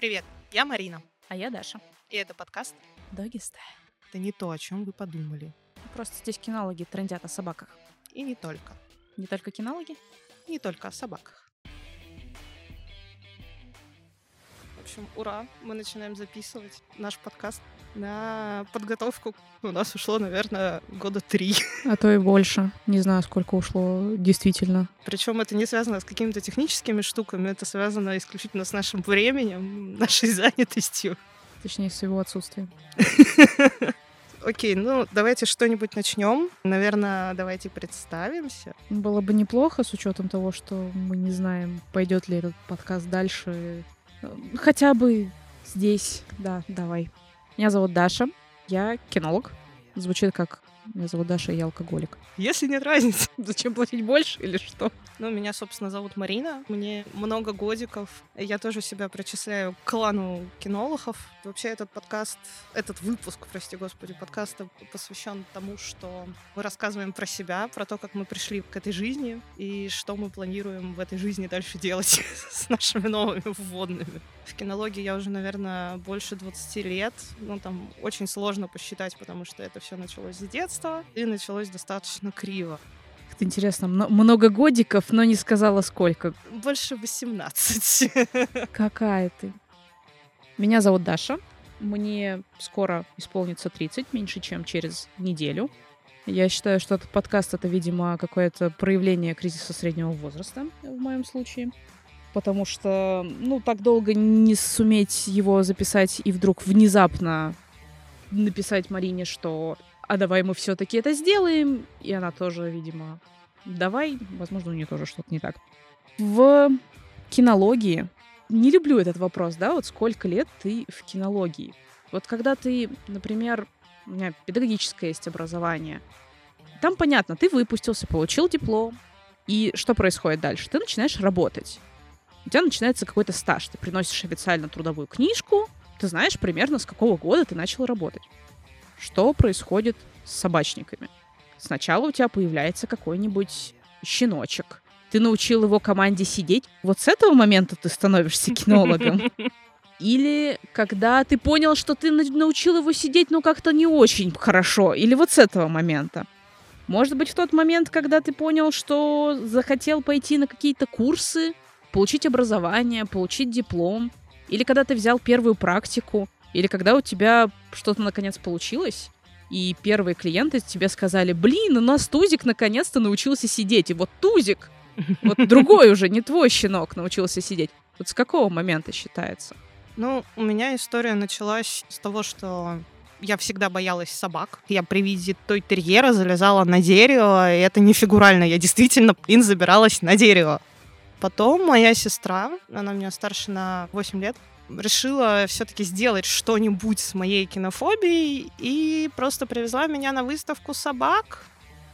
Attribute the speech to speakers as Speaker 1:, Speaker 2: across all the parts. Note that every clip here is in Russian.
Speaker 1: Привет, я Марина,
Speaker 2: А я Даша.
Speaker 1: и это подкаст
Speaker 2: Doggy Style.
Speaker 1: «Это не то, о чем вы подумали».
Speaker 2: Просто здесь кинологи трындят о собаках.
Speaker 1: И не только.
Speaker 2: Не только кинологи?
Speaker 1: Не только о собаках. В общем, ура, мы начинаем записывать наш подкаст. На подготовку у нас ушло, наверное, 3 года.
Speaker 2: А то и больше. Не знаю, сколько ушло действительно.
Speaker 1: Причем это не связано с какими-то техническими штуками, это связано исключительно с нашим временем, нашей занятостью.
Speaker 2: Точнее, с его отсутствием.
Speaker 1: Окей, ну давайте что-нибудь начнем. Наверное, давайте представимся.
Speaker 2: Было бы неплохо, с учетом того, что мы не знаем, пойдет ли этот подкаст дальше. Хотя бы здесь. Да, давай. Меня зовут Даша. Я кинолог. Звучит как «Меня зовут Даша, и я алкоголик».
Speaker 1: Если нет разницы.
Speaker 2: Зачем платить больше или что?
Speaker 1: Ну, меня, собственно, зовут Марина. Мне много годиков. Я тоже себя причисляю к клану кинологов. Вообще этот выпуск, прости господи, подкаста посвящен тому, что мы рассказываем про себя, про то, как мы пришли к этой жизни и что мы планируем в этой жизни дальше делать с нашими новыми вводными. В кинологии я уже, наверное, больше 20 лет. Ну, там очень сложно посчитать, потому что это все началось с детства и началось достаточно криво.
Speaker 2: Как-то интересно, много годиков, но не сказала сколько.
Speaker 1: Больше 18.
Speaker 2: Какая ты? Меня зовут Даша. Мне скоро исполнится 30, меньше, чем через неделю. Я считаю, что этот подкаст — это, видимо, какое-то проявление кризиса среднего возраста в моем случае. Потому что, так долго не суметь его записать и вдруг внезапно написать Марине, что «а давай мы все-таки это сделаем», и она тоже, видимо, «давай», возможно, у нее тоже что-то не так. В кинологии не люблю этот вопрос, да, вот сколько лет ты в кинологии. Вот когда ты, например, у меня педагогическое есть образование, там понятно, ты выпустился, получил диплом, и что происходит дальше? Ты начинаешь работать. У тебя начинается какой-то стаж. Ты приносишь официально трудовую книжку, ты знаешь примерно, с какого года ты начал работать. Что происходит с собачниками? Сначала у тебя появляется какой-нибудь щеночек. Ты научил его команде сидеть. Вот с этого момента ты становишься кинологом. Или когда ты понял, что ты научил его сидеть, как-то не очень хорошо. Или вот с этого момента. Может быть, в тот момент, когда ты понял, что захотел пойти на какие-то курсы, получить образование, получить диплом. Или когда ты взял первую практику. Или когда у тебя что-то наконец получилось, и первые клиенты тебе сказали: блин, у нас Тузик наконец-то научился сидеть. И вот Тузик, вот другой уже, не твой щенок, научился сидеть. Вот с какого момента считается?
Speaker 1: Ну, у меня история началась с того, что я всегда боялась собак. Я при виде той-терьера залезала на дерево, и это не фигурально. Я действительно, забиралась на дерево. Потом моя сестра, она меня старше на 8 лет, решила все-таки сделать что-нибудь с моей кинофобией и просто привезла меня на выставку собак.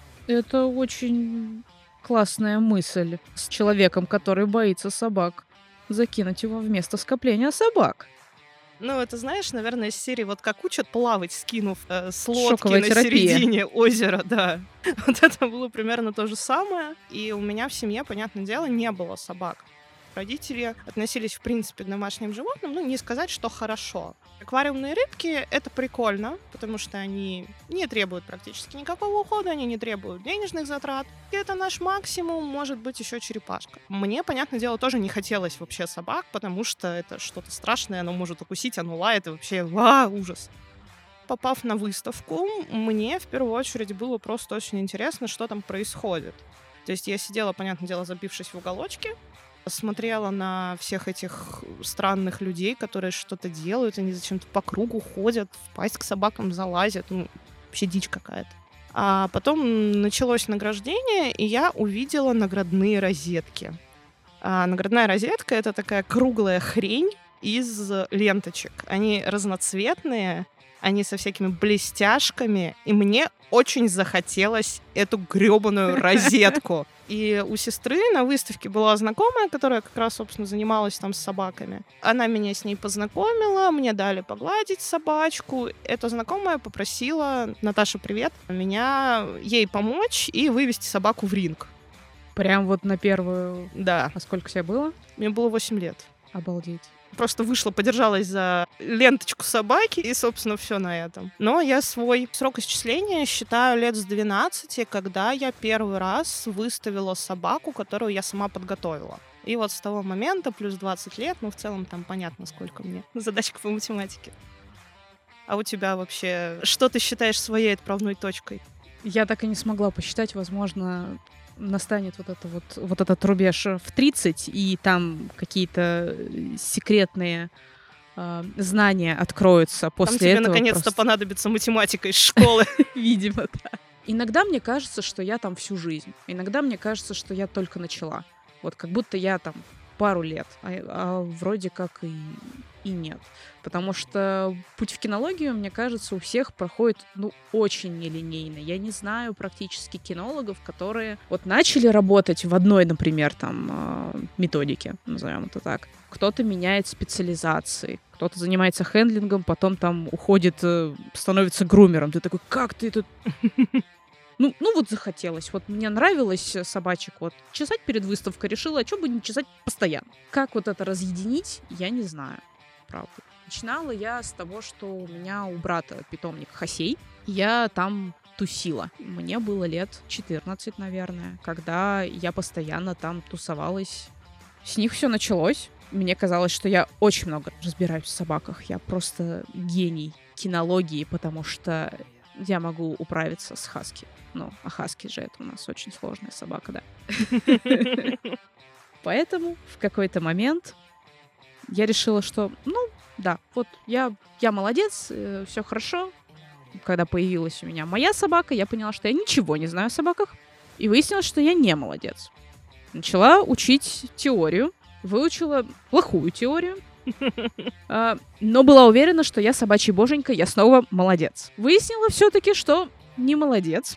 Speaker 2: Это очень классная мысль с человеком, который боится собак. Закинуть его в место скопления собак.
Speaker 1: Ну, это, знаешь, наверное, из серии вот как учат плавать, скинув с лодки
Speaker 2: Шоковая
Speaker 1: на
Speaker 2: терапия.
Speaker 1: середине озера, да. Вот это было примерно то же самое. И у меня в семье, понятное дело, не было собак. Родители относились, в принципе, к домашним животным, не сказать, что хорошо. Аквариумные рыбки — это прикольно, потому что они не требуют практически никакого ухода, они не требуют денежных затрат. И это наш максимум, может быть, еще черепашка. Мне, понятное дело, тоже не хотелось вообще собак, потому что это что-то страшное, оно может укусить, оно лает, и вообще ужас. Попав на выставку, мне в первую очередь было просто очень интересно, что там происходит. То есть я сидела, понятное дело, забившись в уголочке, смотрела на всех этих странных людей, которые что-то делают, они зачем-то по кругу ходят, в пасть к собакам залазят, вообще дичь какая-то. А потом началось награждение, и я увидела наградные розетки. А наградная розетка — это такая круглая хрень из ленточек. Они разноцветные, они со всякими блестяшками, и мне очень захотелось эту грёбаную розетку. И у сестры на выставке была знакомая, которая как раз, собственно, занималась там с собаками. Она меня с ней познакомила, мне дали погладить собачку. Эта знакомая попросила: Наташа, привет, ей помочь и вывести собаку в ринг.
Speaker 2: Прям вот на первую...
Speaker 1: Да.
Speaker 2: А сколько тебе было?
Speaker 1: Мне было 8 лет.
Speaker 2: Обалдеть.
Speaker 1: просто вышла, подержалась за ленточку собаки, и, собственно, все на этом. Но я свой срок исчисления считаю лет с 12, когда я первый раз выставила собаку, которую я сама подготовила. И вот с того момента плюс 20 лет, в целом там понятно, сколько мне задачек по математике. А у тебя вообще, что ты считаешь своей отправной точкой?
Speaker 2: Я так и не смогла посчитать, возможно, настанет вот этот рубеж в 30, и там какие-то секретные знания откроются после
Speaker 1: там тебе
Speaker 2: этого.
Speaker 1: Наконец-то
Speaker 2: просто...
Speaker 1: понадобится математика из школы.
Speaker 2: Видимо, да. Иногда мне кажется, что я там всю жизнь. Иногда мне кажется, что я только начала. Вот как будто я там пару лет, а вроде как и нет. Потому что путь в кинологию, мне кажется, у всех проходит, очень нелинейно. Я не знаю практически кинологов, которые вот начали работать в одной, например, там, методике, назовем это так. Кто-то меняет специализации, кто-то занимается хендлингом, потом там уходит, становится грумером. Ты такой, как ты тут... Ну, вот захотелось. Вот мне нравилось собачек вот чесать перед выставкой. Решила, а что бы не чесать постоянно. Как вот это разъединить, я не знаю. Правда. Начинала я с того, что у меня у брата питомник Хасей. Я там тусила. Мне было лет 14, наверное, когда я постоянно там тусовалась. С них все началось. Мне казалось, что я очень много разбираюсь в собаках. Я просто гений кинологии, потому что я могу управиться с хаски. А хаски же это у нас очень сложная собака, да. Поэтому в какой-то момент я решила, что, да, вот я молодец, все хорошо. Когда появилась у меня моя собака, я поняла, что я ничего не знаю о собаках. И выяснилось, что я не молодец. Начала учить теорию, выучила плохую теорию, но была уверена, что я собачий боженька, я снова молодец. Выяснила все-таки, что не молодец.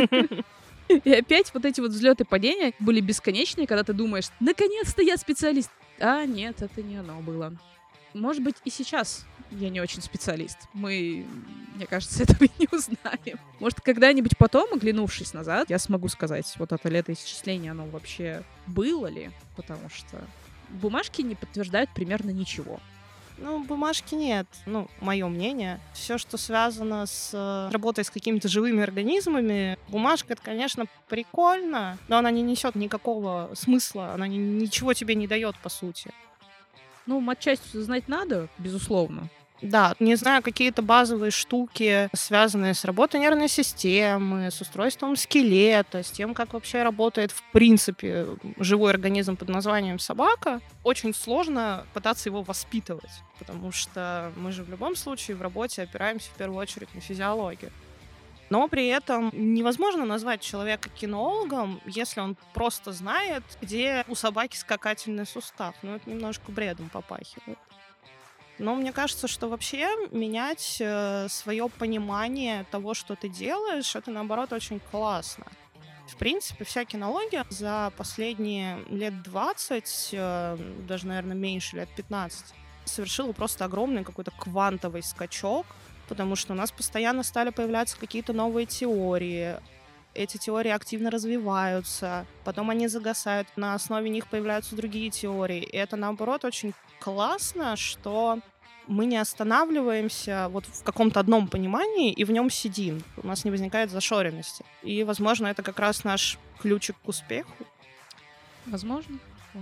Speaker 2: И опять вот эти вот взлеты и падения были бесконечные, когда ты думаешь, наконец-то я специалист. А нет, это не оно было. Может быть, и сейчас я не очень специалист. Мы, мне кажется, этого и не узнаем. Может, когда-нибудь потом, оглянувшись назад, я смогу сказать, вот это летоисчисление, оно вообще было ли? Потому что бумажки не подтверждают примерно ничего.
Speaker 1: Бумажки нет, мое мнение. Все, что связано с работой с какими-то живыми организмами, бумажка, это, конечно, прикольно, но она не несет никакого смысла, она ничего тебе не дает, по сути.
Speaker 2: Матчасть знать надо, безусловно.
Speaker 1: Да, не знаю, какие-то базовые штуки, связанные с работой нервной системы, с устройством скелета, с тем, как вообще работает, в принципе, живой организм под названием собака. Очень сложно пытаться его воспитывать, потому что мы же в любом случае в работе опираемся в первую очередь на физиологию. Но при этом невозможно назвать человека кинологом, если он просто знает, где у собаки скакательный сустав. Это немножко бредом попахивает. Но мне кажется, что вообще менять свое понимание того, что ты делаешь, это, наоборот, очень классно. В принципе, вся кинология за последние лет 20, даже, наверное, меньше, лет 15, совершила просто огромный какой-то квантовый скачок, потому что у нас постоянно стали появляться какие-то новые теории. Эти теории активно развиваются, потом они загасают, на основе них появляются другие теории. И это, наоборот, очень классно, что мы не останавливаемся вот в каком-то одном понимании и в нем сидим. У нас не возникает зашоренности. И, возможно, это как раз наш ключик к успеху.
Speaker 2: Возможно.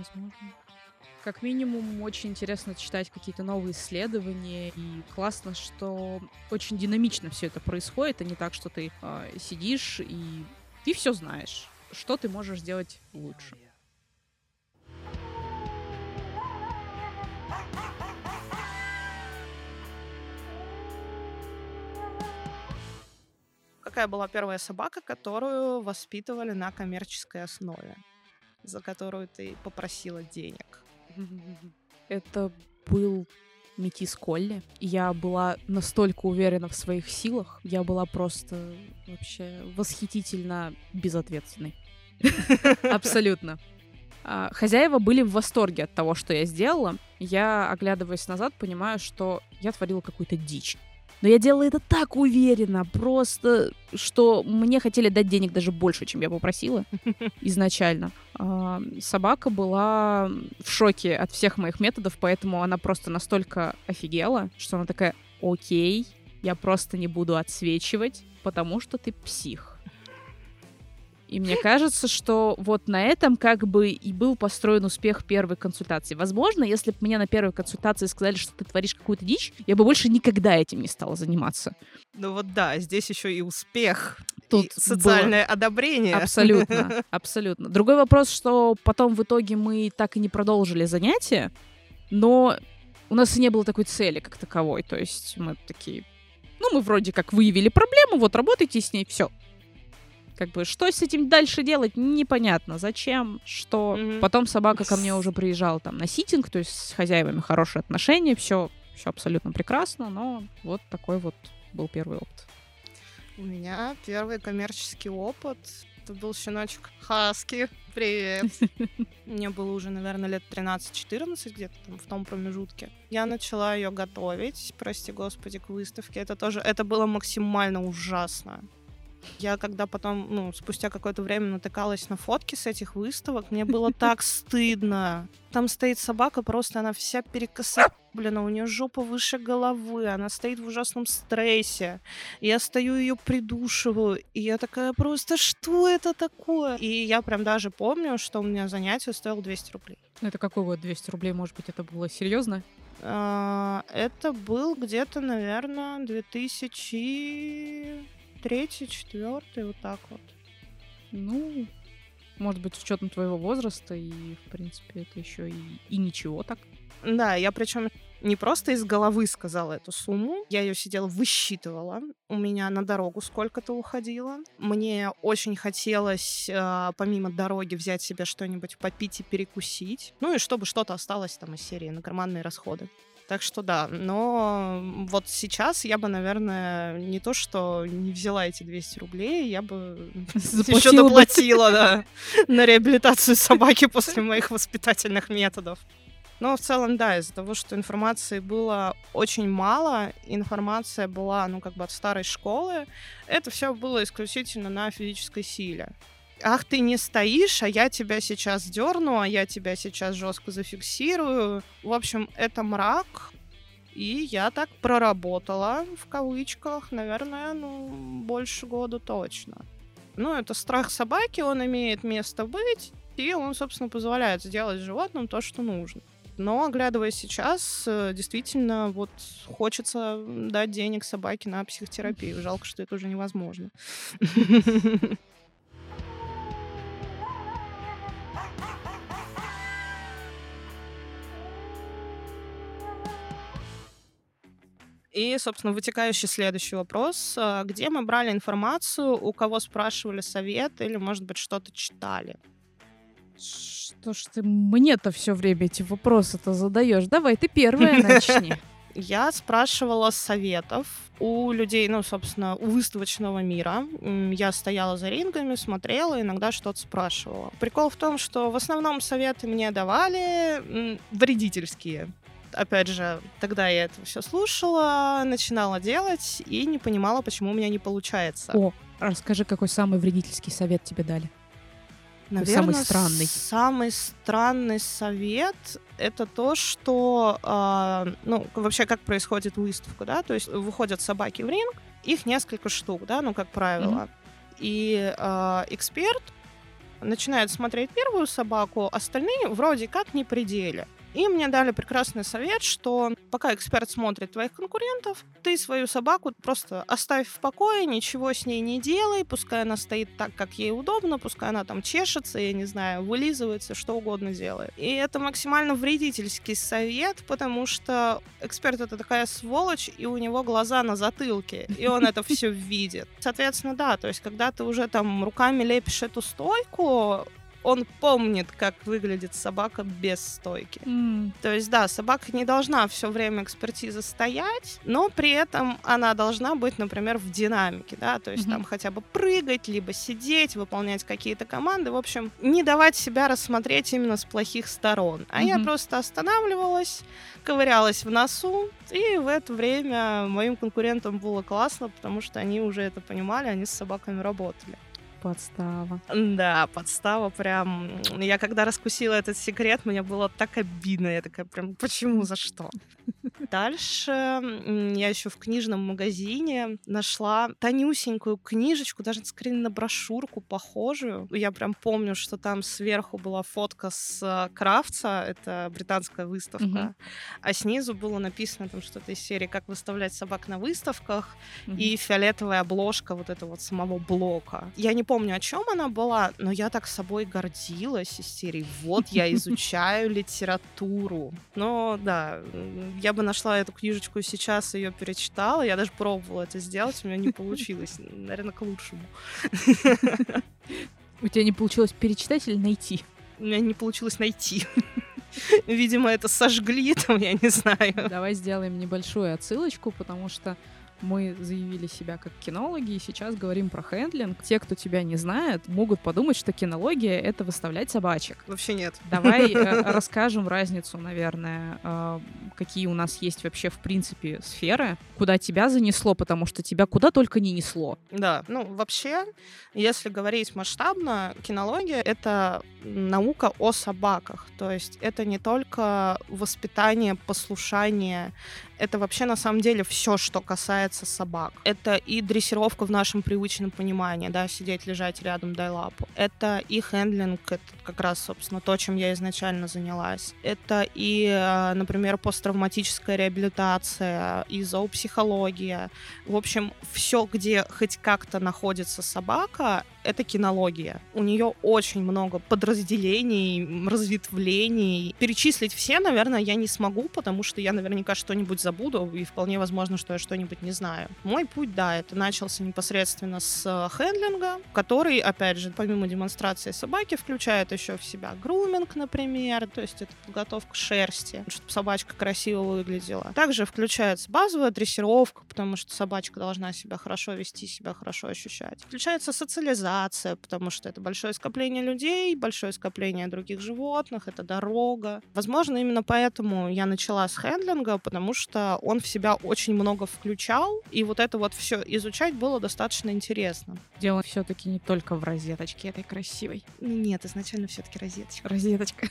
Speaker 2: Как минимум, очень интересно читать какие-то новые исследования, и классно, что очень динамично все это происходит, а не так, что ты сидишь и ты все знаешь, что ты можешь сделать лучше.
Speaker 1: Какая была первая собака, которую воспитывали на коммерческой основе, за которую ты попросила денег?
Speaker 2: Это был метис Колли. Я была настолько уверена в своих силах. Я была просто вообще восхитительно безответственной. Абсолютно. Хозяева были в восторге от того, что я сделала. Я, оглядываясь назад, понимаю, что я творила какую-то дичь. Но я делала это так уверенно, просто, что мне хотели дать денег даже больше, чем я попросила изначально. Собака была в шоке от всех моих методов, поэтому она просто настолько офигела, что она такая: окей, я просто не буду отсвечивать, потому что ты псих. И мне кажется, что вот на этом как бы и был построен успех первой консультации. Возможно, если бы мне на первой консультации сказали, что ты творишь какую-то дичь, я бы больше никогда этим не стала заниматься.
Speaker 1: Ну вот да, здесь еще и успех,
Speaker 2: Тут
Speaker 1: и социальное одобрение.
Speaker 2: Абсолютно, абсолютно. Другой вопрос, что потом в итоге мы так и не продолжили занятия, но у нас и не было такой цели как таковой. То есть мы такие, мы вроде как выявили проблему, вот работайте с ней, все. Как бы, что с этим дальше делать, непонятно. Зачем, что. Потом собака ко мне уже приезжала там на ситинг, то есть с хозяевами хорошие отношения, все абсолютно прекрасно, но вот такой вот был первый опыт.
Speaker 1: У меня первый коммерческий опыт. Это был щеночек Хаски. Привет. Мне было уже, наверное, лет 13-14, где-то там в том промежутке. Я начала ее готовить, прости господи, к выставке. Это было максимально ужасно. Я когда потом, спустя какое-то время натыкалась на фотки с этих выставок, мне было так стыдно. Там стоит собака, просто она вся перекособлена, у нее жопа выше головы, она стоит в ужасном стрессе. Я стою, ее придушиваю, и я такая просто, что это такое? И я прям даже помню, что у меня занятие стоило 200 рублей.
Speaker 2: Это какой вот 200 рублей, может быть, это было серьезно?
Speaker 1: Это был где-то, наверное, 2003, 2004, вот так вот.
Speaker 2: Ну, может быть, с учетом твоего возраста, и, в принципе, это еще и ничего так.
Speaker 1: Да, я причем не просто из головы сказала эту сумму, я ее сидела, высчитывала. У меня на дорогу сколько-то уходило. Мне очень хотелось, помимо дороги, взять себе что-нибудь попить и перекусить. Ну и чтобы что-то осталось там из серии на карманные расходы. Так что да, но вот сейчас я бы, наверное, не то что не взяла эти 200 рублей, я бы еще доплатила, да, на реабилитацию собаки после моих воспитательных методов. Но в целом, да, из-за того, что информации было очень мало, информация была, от старой школы, это все было исключительно на физической силе. Ах, ты не стоишь, а я тебя сейчас дерну, а я тебя сейчас жестко зафиксирую. В общем, это мрак. И я так проработала, в кавычках, наверное, больше года точно. Это страх собаки, он имеет место быть, и он, собственно, позволяет сделать с животным то, что нужно. Но, оглядываясь сейчас, действительно, хочется дать денег собаке на психотерапию. Жалко, что это уже невозможно. И, собственно, вытекающий следующий вопрос. Где мы брали информацию, у кого спрашивали совет или, может быть, что-то читали?
Speaker 2: Что ж ты мне-то все время эти вопросы-то задаешь? Давай, ты первая начни.
Speaker 1: Я спрашивала советов у людей, собственно, у выставочного мира. Я стояла за рингами, смотрела, иногда что-то спрашивала. Прикол в том, что в основном советы мне давали вредительские. Опять же, тогда я это все слушала, начинала делать и не понимала, почему у меня не получается.
Speaker 2: О, расскажи, какой самый вредительский совет тебе дали?
Speaker 1: Наверное,
Speaker 2: самый странный.
Speaker 1: Самый странный совет — это то, что, вообще, как происходит выставка, да, то есть выходят собаки в ринг, их несколько штук, да, как правило, и эксперт начинает смотреть первую собаку, остальные вроде как не при деле. И мне дали прекрасный совет, что пока эксперт смотрит твоих конкурентов, ты свою собаку просто оставь в покое, ничего с ней не делай, пускай она стоит так, как ей удобно, пускай она там чешется, я не знаю, вылизывается, что угодно делает. И это максимально вредительский совет, потому что эксперт — это такая сволочь, и у него глаза на затылке, и он это все видит. Соответственно, да, то есть когда ты уже там руками лепишь эту стойку, он помнит, как выглядит собака без стойки. То есть, да, собака не должна все время экспертизы стоять, но при этом она должна быть, например, в динамике, да, то есть там хотя бы прыгать, либо сидеть, выполнять какие-то команды, в общем, не давать себя рассмотреть именно с плохих сторон. А я просто останавливалась, ковырялась в носу, и в это время моим конкурентам было классно, потому что они уже это понимали, они с собаками работали.
Speaker 2: Подстава.
Speaker 1: Да, подстава прям. Я когда раскусила этот секрет, мне было так обидно. Я такая прям, почему, за что? Дальше я еще в книжном магазине нашла тонюсенькую книжечку, даже скорее на брошюрку похожую. Я прям помню, что там сверху была фотка с Крафтса, это британская выставка, а снизу было написано там что-то из серии «Как выставлять собак на выставках», и фиолетовая обложка вот этого вот самого блока. Я не помню, о чем она была, но я так собой гордилась из серии «Вот, я изучаю литературу». Но да, я бы нашла эту книжечку сейчас, ее перечитала. Я даже пробовала это сделать, у меня не получилось. Наверное, к лучшему.
Speaker 2: У тебя не получилось перечитать или найти?
Speaker 1: У меня не получилось найти. Видимо, это сожгли, там, я не знаю.
Speaker 2: Давай сделаем небольшую отсылочку, потому что мы заявили себя как кинологи, и сейчас говорим про хендлинг. Те, кто тебя не знает, могут подумать, что кинология — это выставлять собачек.
Speaker 1: Вообще нет.
Speaker 2: Давай расскажем разницу, наверное, какие у нас есть вообще, в принципе, сферы, куда тебя занесло, потому что тебя куда только не несло.
Speaker 1: Да, ну, вообще, если говорить масштабно, кинология — это наука о собаках. То есть это не только воспитание, послушание, это вообще на самом деле все, что касается собак. Это и дрессировка в нашем привычном понимании, да, сидеть, лежать рядом, дай лапу. Это и хендлинг, это как раз, собственно, то, чем я изначально занялась. Это и, например, посттравматическая реабилитация, и зоопсихология. В общем, все, где хоть как-то находится собака, это кинология. У нее очень много подразделений, разветвлений. Перечислить все, наверное, я не смогу, потому что я наверняка что-нибудь забуду, и вполне возможно, что я что-нибудь не знаю. Мой путь, да, это начался непосредственно с хендлинга, который, опять же, помимо демонстрации собаки, включает еще в себя груминг, например, то есть это подготовка шерсти, чтобы собачка красиво выглядела. Также включается базовая дрессировка, потому что собачка должна себя хорошо вести, себя хорошо ощущать. Включается социализация, потому что это большое скопление людей, большое скопление других животных, это дорога. Возможно, именно поэтому я начала с хендлинга, потому что он в себя очень много включал, и вот это вот все изучать было достаточно интересно.
Speaker 2: Дело все-таки не только в розеточке этой красивой.
Speaker 1: Нет, изначально все-таки розеточка.
Speaker 2: Розеточка.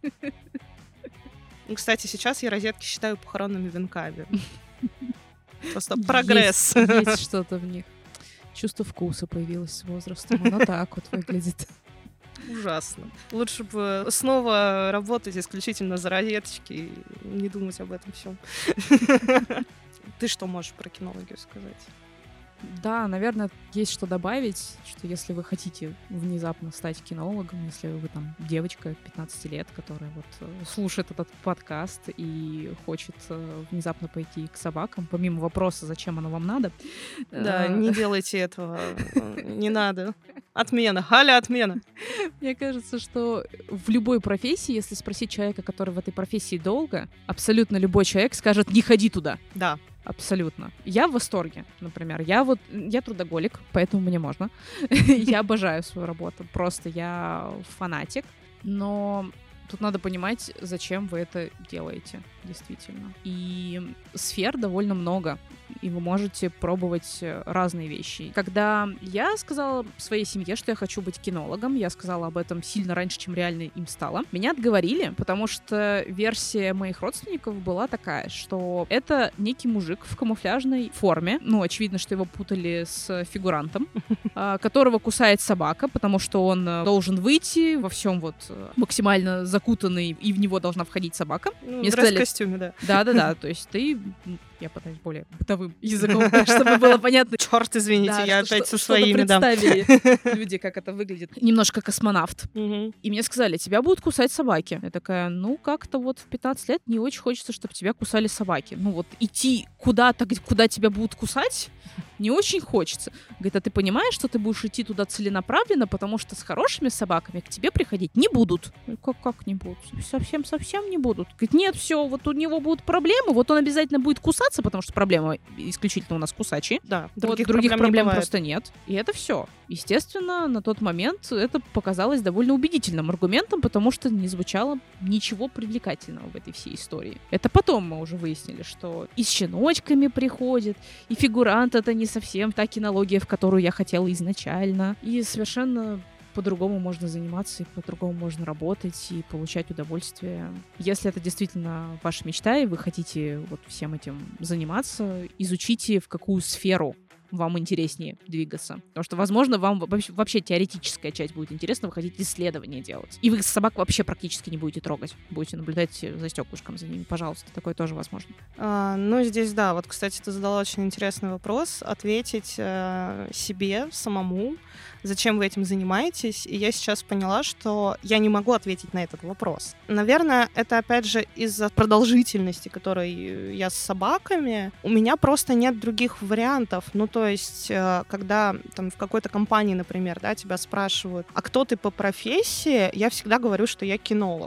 Speaker 1: Кстати, сейчас я розетки считаю похоронными венками. Просто прогресс.
Speaker 2: Есть что-то в них. Чувство вкуса появилось с возрастом. Оно так вот выглядит.
Speaker 1: Ужасно. Лучше бы снова работать исключительно за розеточки и не думать об этом всем. Ты что можешь про кинологию сказать?
Speaker 2: Да, наверное, есть что добавить, что если вы хотите внезапно стать кинологом, если вы там девочка 15 лет, которая вот слушает этот подкаст и хочет внезапно пойти к собакам, помимо вопроса, зачем оно вам надо.
Speaker 1: Да, не делайте этого, не надо. Отмена, Галя, отмена.
Speaker 2: Мне кажется, что в любой профессии, если спросить человека, который в этой профессии долго, абсолютно любой человек скажет: не ходи туда.
Speaker 1: Да.
Speaker 2: Абсолютно. Я в восторге, например. Я трудоголик, поэтому мне можно. Я обожаю свою работу. Просто я фанатик. Но тут надо понимать, зачем вы это делаете, действительно. И сфер довольно много. И вы можете пробовать разные вещи. Когда я сказала своей семье, что я хочу быть кинологом, я сказала об этом сильно раньше, чем реально им стало, меня отговорили, потому что версия моих родственников была такая, что это некий мужик в камуфляжной форме, ну, очевидно, что его путали с фигурантом, которого кусает собака, потому что он должен выйти во всем вот максимально закутанный, и в него должна входить собака.
Speaker 1: В дресс-костюме, да.
Speaker 2: Да-да-да, то есть ты... Я пытаюсь более бытовым языком, чтобы было понятно.
Speaker 1: Черт, извините,
Speaker 2: да,
Speaker 1: я опять со своими,
Speaker 2: да. Представили люди, как это выглядит. Немножко космонавт. И мне сказали: тебя будут кусать собаки. Я такая: ну, как-то вот в 15 лет не очень хочется, чтобы тебя кусали собаки. Ну, вот идти куда-то, куда тебя будут кусать, не очень хочется. Говорит, а ты понимаешь, что ты будешь идти туда целенаправленно, потому что с хорошими собаками к тебе приходить не будут. Как не будут? Совсем не будут. Говорит, нет, все, вот у него будут проблемы, вот он обязательно будет кусаться, потому что проблема исключительно у нас кусачие.
Speaker 1: Да,
Speaker 2: Других проблем просто нет. И это все. Естественно, на тот момент это показалось довольно убедительным аргументом, потому что не звучало ничего привлекательного в этой всей истории. Это потом мы уже выяснили, что и с щеночками приходит, и фигурант это не совсем та кинология, в которую я хотела изначально. И совершенно по-другому можно заниматься, и по-другому можно работать, и получать удовольствие. Если это действительно ваша мечта, и вы хотите вот всем этим заниматься, изучите, в какую сферу вам интереснее двигаться. Потому что, возможно, вам вообще теоретическая часть будет интересна, вы хотите исследования делать. И вы собак вообще практически не будете трогать. Будете наблюдать за стеклышком за ними. Пожалуйста, такое тоже возможно.
Speaker 1: Ну, здесь, да, вот, кстати, ты задала очень интересный вопрос. Ответить себе самому, зачем вы этим занимаетесь. И я сейчас поняла, что я не могу ответить на этот вопрос. Наверное, это, опять же, из-за продолжительности, которой я с собаками. У меня просто нет других вариантов. Ну, то есть, когда там в какой-то компании, например, да, тебя спрашивают, а кто ты по профессии, я всегда говорю, что я кинолог.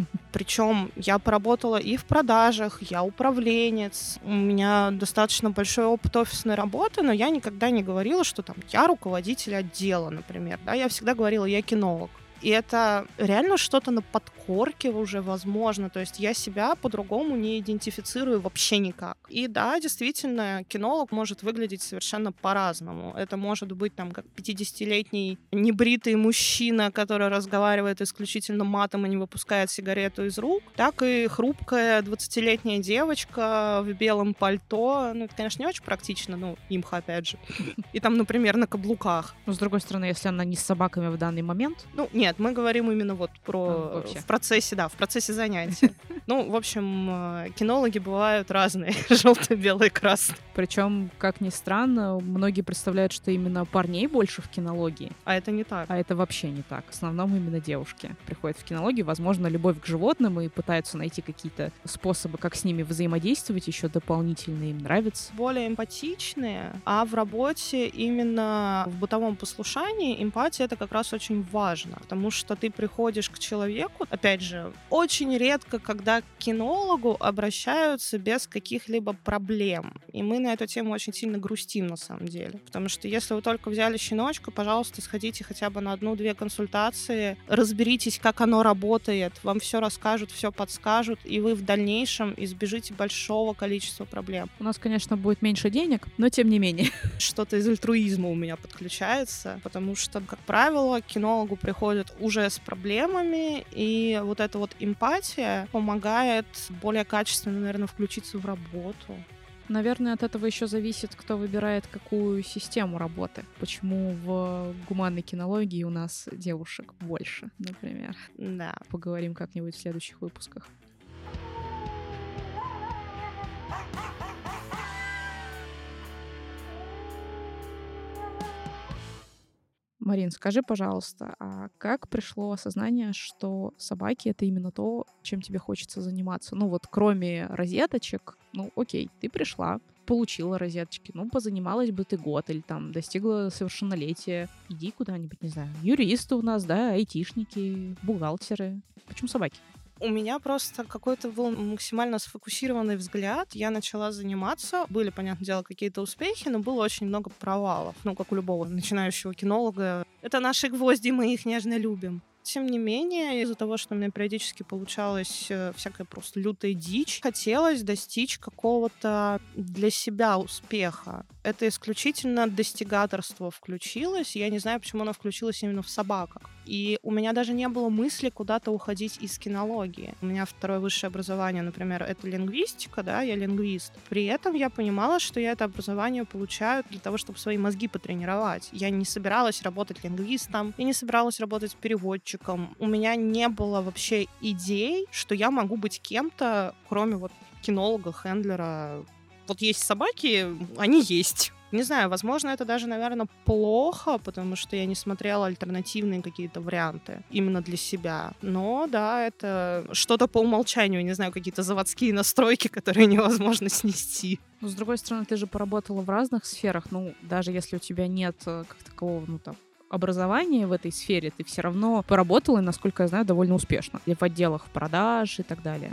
Speaker 1: Причем я поработала и в продажах, я управленец, у меня достаточно большой опыт офисной работы, но я никогда не говорила, что там я руководитель отдела, например, да, я всегда говорила, я кинолог. И это реально что-то на подкорке уже возможно. То есть я себя по-другому не идентифицирую вообще никак. И да, действительно, кинолог может выглядеть совершенно по-разному. Это может быть там как 50-летний небритый мужчина, который разговаривает исключительно матом и не выпускает сигарету из рук, так и хрупкая 20-летняя девочка в белом пальто. Ну, это, конечно, не очень практично, ну, имха, опять же. И там, например, на каблуках.
Speaker 2: Но, с другой стороны, если она не с собаками в данный момент...
Speaker 1: Ну, нет, мы говорим именно вот про в процессе занятия. Ну, в общем, кинологи бывают разные, желтые, белые, красные.
Speaker 2: Причем, как ни странно, многие представляют, что именно парней больше в кинологии.
Speaker 1: А это не так.
Speaker 2: А это вообще не так. В основном именно девушки приходят в кинологию, возможно, любовь к животным и пытаются найти какие-то способы, как с ними взаимодействовать, еще дополнительно им нравится.
Speaker 1: Более эмпатичные, а в работе именно в бытовом послушании эмпатия — это как раз очень важно, потому что ты приходишь к человеку, опять же, очень редко, когда к кинологу обращаются без каких-либо проблем. И мы на эту тему очень сильно грустим, на самом деле. Потому что если вы только взяли щеночка, пожалуйста, сходите хотя бы на 1-2 консультации, разберитесь, как оно работает, вам все расскажут, все подскажут, и вы в дальнейшем избежите большого количества проблем.
Speaker 2: У нас, конечно, будет меньше денег, но тем не менее.
Speaker 1: Что-то из альтруизма у меня подключается, потому что, как правило, к кинологу приходят уже с проблемами, и вот эта вот эмпатия помогает более качественно, наверное, включиться в работу.
Speaker 2: Наверное, от этого еще зависит, кто выбирает какую систему работы. Почему в гуманной кинологии у нас девушек больше, например.
Speaker 1: Да.
Speaker 2: Поговорим как-нибудь в следующих выпусках. Марин, скажи, пожалуйста, а как пришло осознание, что собаки — это именно то, чем тебе хочется заниматься? Ну вот кроме розеточек, ну окей, ты пришла, получила розеточки, ну позанималась бы ты год или там достигла совершеннолетия. Иди куда-нибудь, не знаю, юристы у нас, да, айтишники, бухгалтеры. Почему собаки?
Speaker 1: У меня просто какой-то был максимально сфокусированный взгляд. Я начала заниматься. Были, понятное дело, какие-то успехи, но было очень много провалов. Ну, как у любого начинающего кинолога. Это наши гвозди, мы их нежно любим. Тем не менее, из-за того, что у меня периодически получалась всякая просто лютая дичь, хотелось достичь какого-то для себя успеха. Это исключительно достигаторство включилось. Я не знаю, почему оно включилось именно в собаках. И у меня даже не было мысли куда-то уходить из кинологии. У меня второе высшее образование, например, это лингвистика, да, я лингвист. При этом я понимала, что я это образование получаю для того, чтобы свои мозги потренировать. Я не собиралась работать лингвистом, я не собиралась работать переводчиком. У меня не было вообще идей, что я могу быть кем-то, кроме вот кинолога, хендлера. Вот есть собаки, они есть. Не знаю, возможно, это даже, наверное, плохо, потому что я не смотрела альтернативные какие-то варианты именно для себя. Но да, это что-то по умолчанию, не знаю, какие-то заводские настройки, которые невозможно снести.
Speaker 2: Но, с другой стороны, ты же поработала в разных сферах. Ну, даже если у тебя нет как такового, ну, там, образования в этой сфере, ты все равно поработала, и, насколько я знаю, довольно успешно. И в отделах продаж и так далее.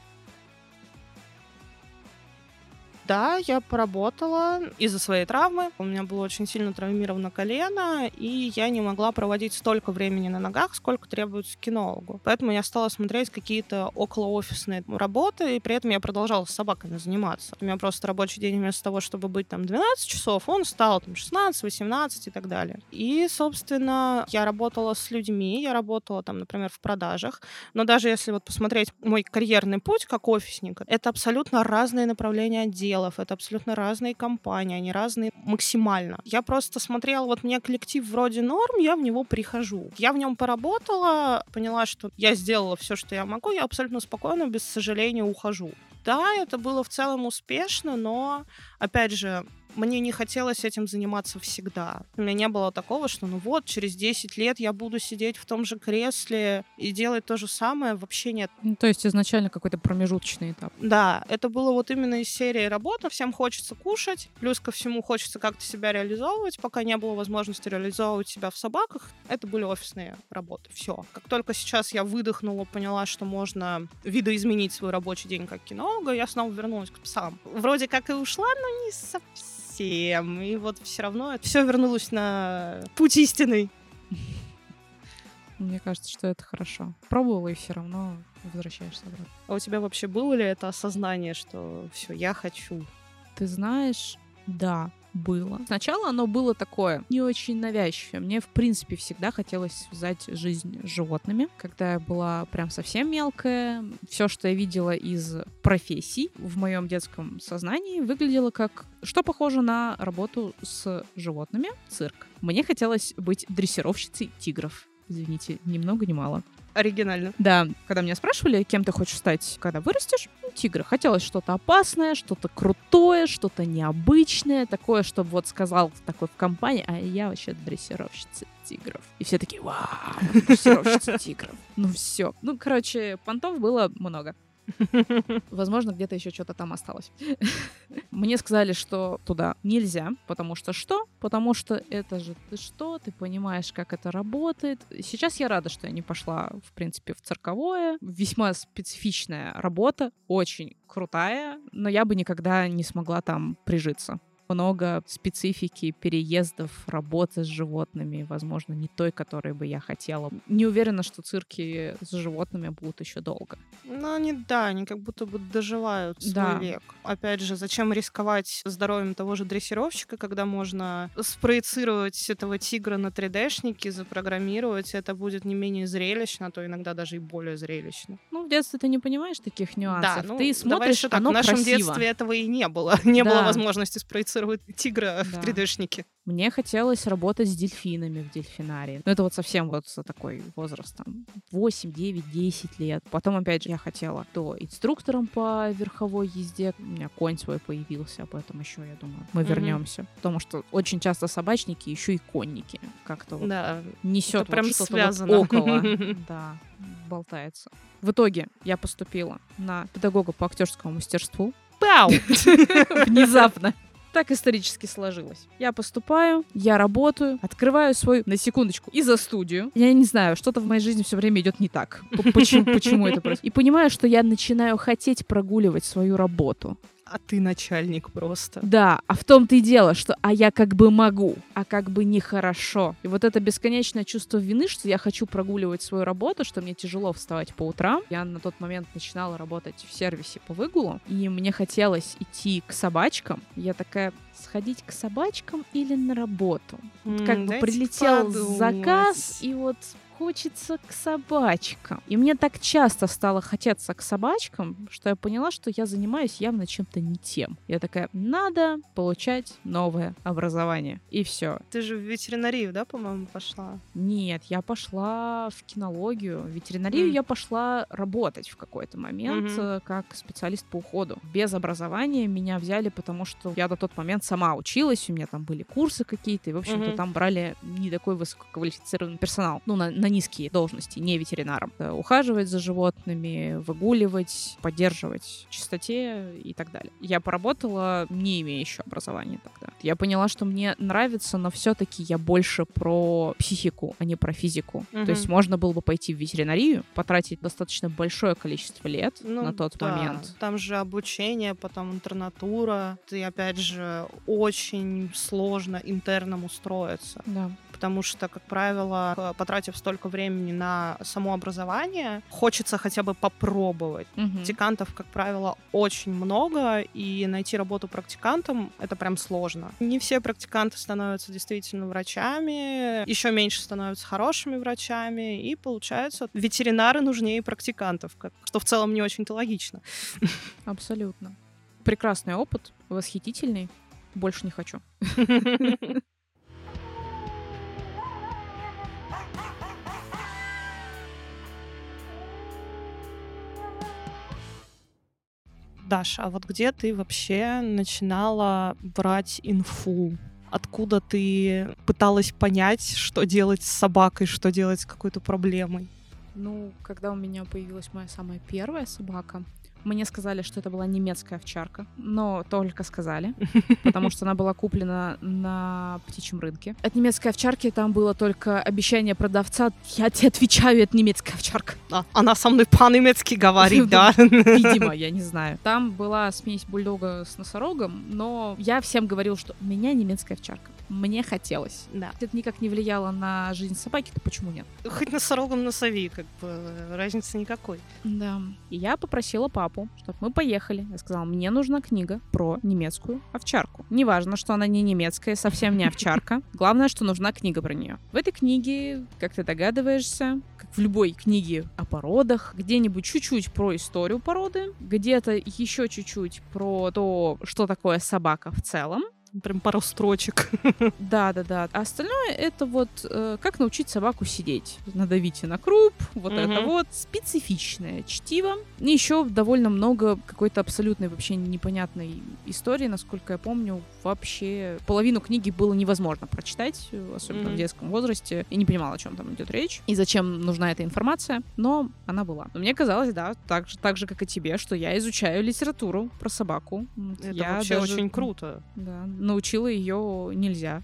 Speaker 1: Да, я поработала из-за своей травмы. У меня было очень сильно травмировано колено, и я не могла проводить столько времени на ногах, сколько требуется кинологу. Поэтому я стала смотреть какие-то околоофисные работы, и при этом я продолжала с собаками заниматься. У меня просто рабочий день вместо того, чтобы быть там 12 часов, он стал там 16, 18 и так далее. И, собственно, я работала с людьми, я работала там, например, в продажах. Но даже если вот посмотреть мой карьерный путь как офисника, это абсолютно разные направления отдела. Это абсолютно разные компании, они разные максимально. Я просто смотрела, вот мне коллектив вроде норм, я в него прихожу. Я в нем поработала, поняла, что я сделала все, что я могу, я абсолютно спокойно, без сожаления ухожу. Да, это было в целом успешно, но, опять же, мне не хотелось этим заниматься всегда. У меня не было такого, что ну вот, через 10 лет я буду сидеть в том же кресле и делать то же самое. Вообще нет.
Speaker 2: Ну, то есть изначально какой-то промежуточный этап.
Speaker 1: Да, это было вот именно из серии работы. Всем хочется кушать, плюс ко всему хочется как-то себя реализовывать. Пока не было возможности реализовывать себя в собаках, это были офисные работы. Все. Как только сейчас я выдохнула, поняла, что можно видоизменить свой рабочий день как кинолога, я снова вернулась к псам. Вроде как и ушла, но не совсем. И вот все равно это все вернулось на путь истинный.
Speaker 2: Мне кажется, что это хорошо. Пробовала и все равно возвращаешься обратно.
Speaker 1: А у тебя вообще было ли это осознание, что все, я хочу?
Speaker 2: Ты знаешь, да, было. Сначала оно было такое, не очень навязчивое. Мне, в принципе, всегда хотелось связать жизнь с животными. Когда я была прям совсем мелкая, все, что я видела из профессий в моем детском сознании, выглядело как что похоже на работу с животными, цирк. Мне хотелось быть дрессировщицей тигров. Извините, ни много ни мало.
Speaker 1: Оригинально.
Speaker 2: Да, когда меня спрашивали, кем ты хочешь стать, когда вырастешь, тигра. Хотелось что-то опасное, что-то крутое, что-то необычное, такое, чтобы вот сказал такой в компании, а я вообще дрессировщица тигров. И все такие, вау, дрессировщица тигров. Ну все. Ну, короче, понтов было много. Возможно, где-то еще что-то там осталось. Мне сказали, что туда нельзя, потому что что? Потому что это же ты что? Ты понимаешь, как это работает. Сейчас я рада, что я не пошла, в принципе, в цирковое. Весьма специфичная работа, очень крутая, но я бы никогда не смогла там прижиться. Много специфики, переездов, работы с животными, возможно, не той, которой бы я хотела. Не уверена, что цирки с животными будут еще долго.
Speaker 1: Ну, они как будто бы доживают свой век. Опять же, зачем рисковать здоровьем того же дрессировщика, когда можно спроецировать этого тигра на 3D-шнике, запрограммировать, это будет не менее зрелищно, а то иногда даже и более зрелищно.
Speaker 2: Ну, в детстве ты не понимаешь таких нюансов.
Speaker 1: Да,
Speaker 2: ты смотришь,
Speaker 1: так,
Speaker 2: оно
Speaker 1: в нашем
Speaker 2: красиво.
Speaker 1: детстве этого и не было. Не было возможности спроецировать тигра в 3D-шнике.
Speaker 2: Мне хотелось работать с дельфинами в дельфинарии. Но это вот совсем вот за такой возраст, там, 8, 9, 10 лет. Потом, опять же, я хотела то инструктором по верховой езде. У меня конь свой появился, об этом еще, я думаю, мы вернемся. Потому что очень часто собачники еще и конники. Как-то вот несет
Speaker 1: прям
Speaker 2: вот что-то
Speaker 1: связано.
Speaker 2: вот около. Да, болтается. В итоге я поступила на педагога по актерскому мастерству.
Speaker 1: Пау!
Speaker 2: Внезапно. Так исторически сложилось. Я поступаю, я работаю, открываю свою, на секундочку, изо-студию. Я не знаю, что-то в моей жизни все время идет не так. Почему это происходит? И понимаю, что я начинаю хотеть прогуливать свою работу.
Speaker 1: А ты начальник просто.
Speaker 2: Да, а в том-то и дело, что я как бы могу, а как бы нехорошо. И вот это бесконечное чувство вины, что я хочу прогуливать свою работу, что мне тяжело вставать по утрам. Я на тот момент начинала работать в сервисе по выгулу, и мне хотелось идти к собачкам. Я такая, сходить к собачкам или на работу? Вот как бы прилетел заказ, и вот хочется к собачкам. И мне так часто стало хотеться к собачкам, что я поняла, что я занимаюсь явно чем-то не тем. Я такая, надо получать новое образование. И все.
Speaker 1: Ты же в ветеринарию, да, по-моему, пошла?
Speaker 2: Нет, я пошла в кинологию. В ветеринарию я пошла работать в какой-то момент как специалист по уходу. Без образования меня взяли, потому что я на тот момент сама училась, у меня там были курсы какие-то, и, в общем-то, там брали не такой высококвалифицированный персонал. Ну, на низкие должности, не ветеринаром. Ухаживать за животными, выгуливать, поддерживать в чистоте и так далее. Я поработала, не имея еще образования тогда. Я поняла, что мне нравится, но все-таки я больше про психику, а не про физику. То есть можно было бы пойти в ветеринарию, потратить достаточно большое количество лет на тот момент.
Speaker 1: Там же обучение, потом интернатура. И опять же, очень сложно интерном устроиться.
Speaker 2: Да.
Speaker 1: Потому что, как правило, потратив столько времени на само образование, хочется хотя бы попробовать. Практикантов, как правило, очень много, и найти работу практикантом — это прям сложно. Не все практиканты становятся действительно врачами, еще меньше становятся хорошими врачами, и получается, ветеринары нужнее практикантов, что в целом не очень-то логично.
Speaker 2: Абсолютно. Прекрасный опыт, восхитительный. Больше не хочу.
Speaker 1: Даша, а вот где ты вообще начинала брать инфу? Откуда ты пыталась понять, что делать с собакой, что делать с какой-то проблемой?
Speaker 2: Ну, когда у меня появилась моя самая первая собака, мне сказали, что это была немецкая овчарка, но только сказали, потому что она была куплена на птичьем рынке. От немецкой овчарки там было только обещание продавца: я тебе отвечаю, это немецкая овчарка.
Speaker 1: Она со мной по-немецки говорит, да?
Speaker 2: Видимо, я не знаю. Там была смесь бульдога с носорогом, но я всем говорила, что у меня немецкая овчарка. Мне хотелось.
Speaker 1: Да.
Speaker 2: Это никак не влияло на жизнь собаки, то почему нет?
Speaker 1: Хоть носорогом назови, как бы разницы никакой.
Speaker 2: Да. И я попросила папу, чтобы мы поехали. Я сказала, мне нужна книга про немецкую овчарку. Неважно, что она не немецкая, совсем не овчарка. Главное, что нужна книга про нее. В этой книге, как ты догадываешься, как в любой книге о породах, где-нибудь чуть-чуть про историю породы, где-то еще чуть-чуть про то, что такое собака в целом.
Speaker 1: Прям пару строчек.
Speaker 2: Да. А остальное это вот как научить собаку сидеть. Надавите на круп, вот это вот. Специфичное чтиво. И еще довольно много какой-то абсолютной вообще непонятной истории, насколько я помню. Вообще половину книги было невозможно прочитать, особенно в детском возрасте. Я не понимала, о чем там идет речь и зачем нужна эта информация, но она была. Но мне казалось, да, так же, как и тебе, что я изучаю литературу про собаку.
Speaker 1: Это вообще очень круто.
Speaker 2: Да. Научила ее нельзя.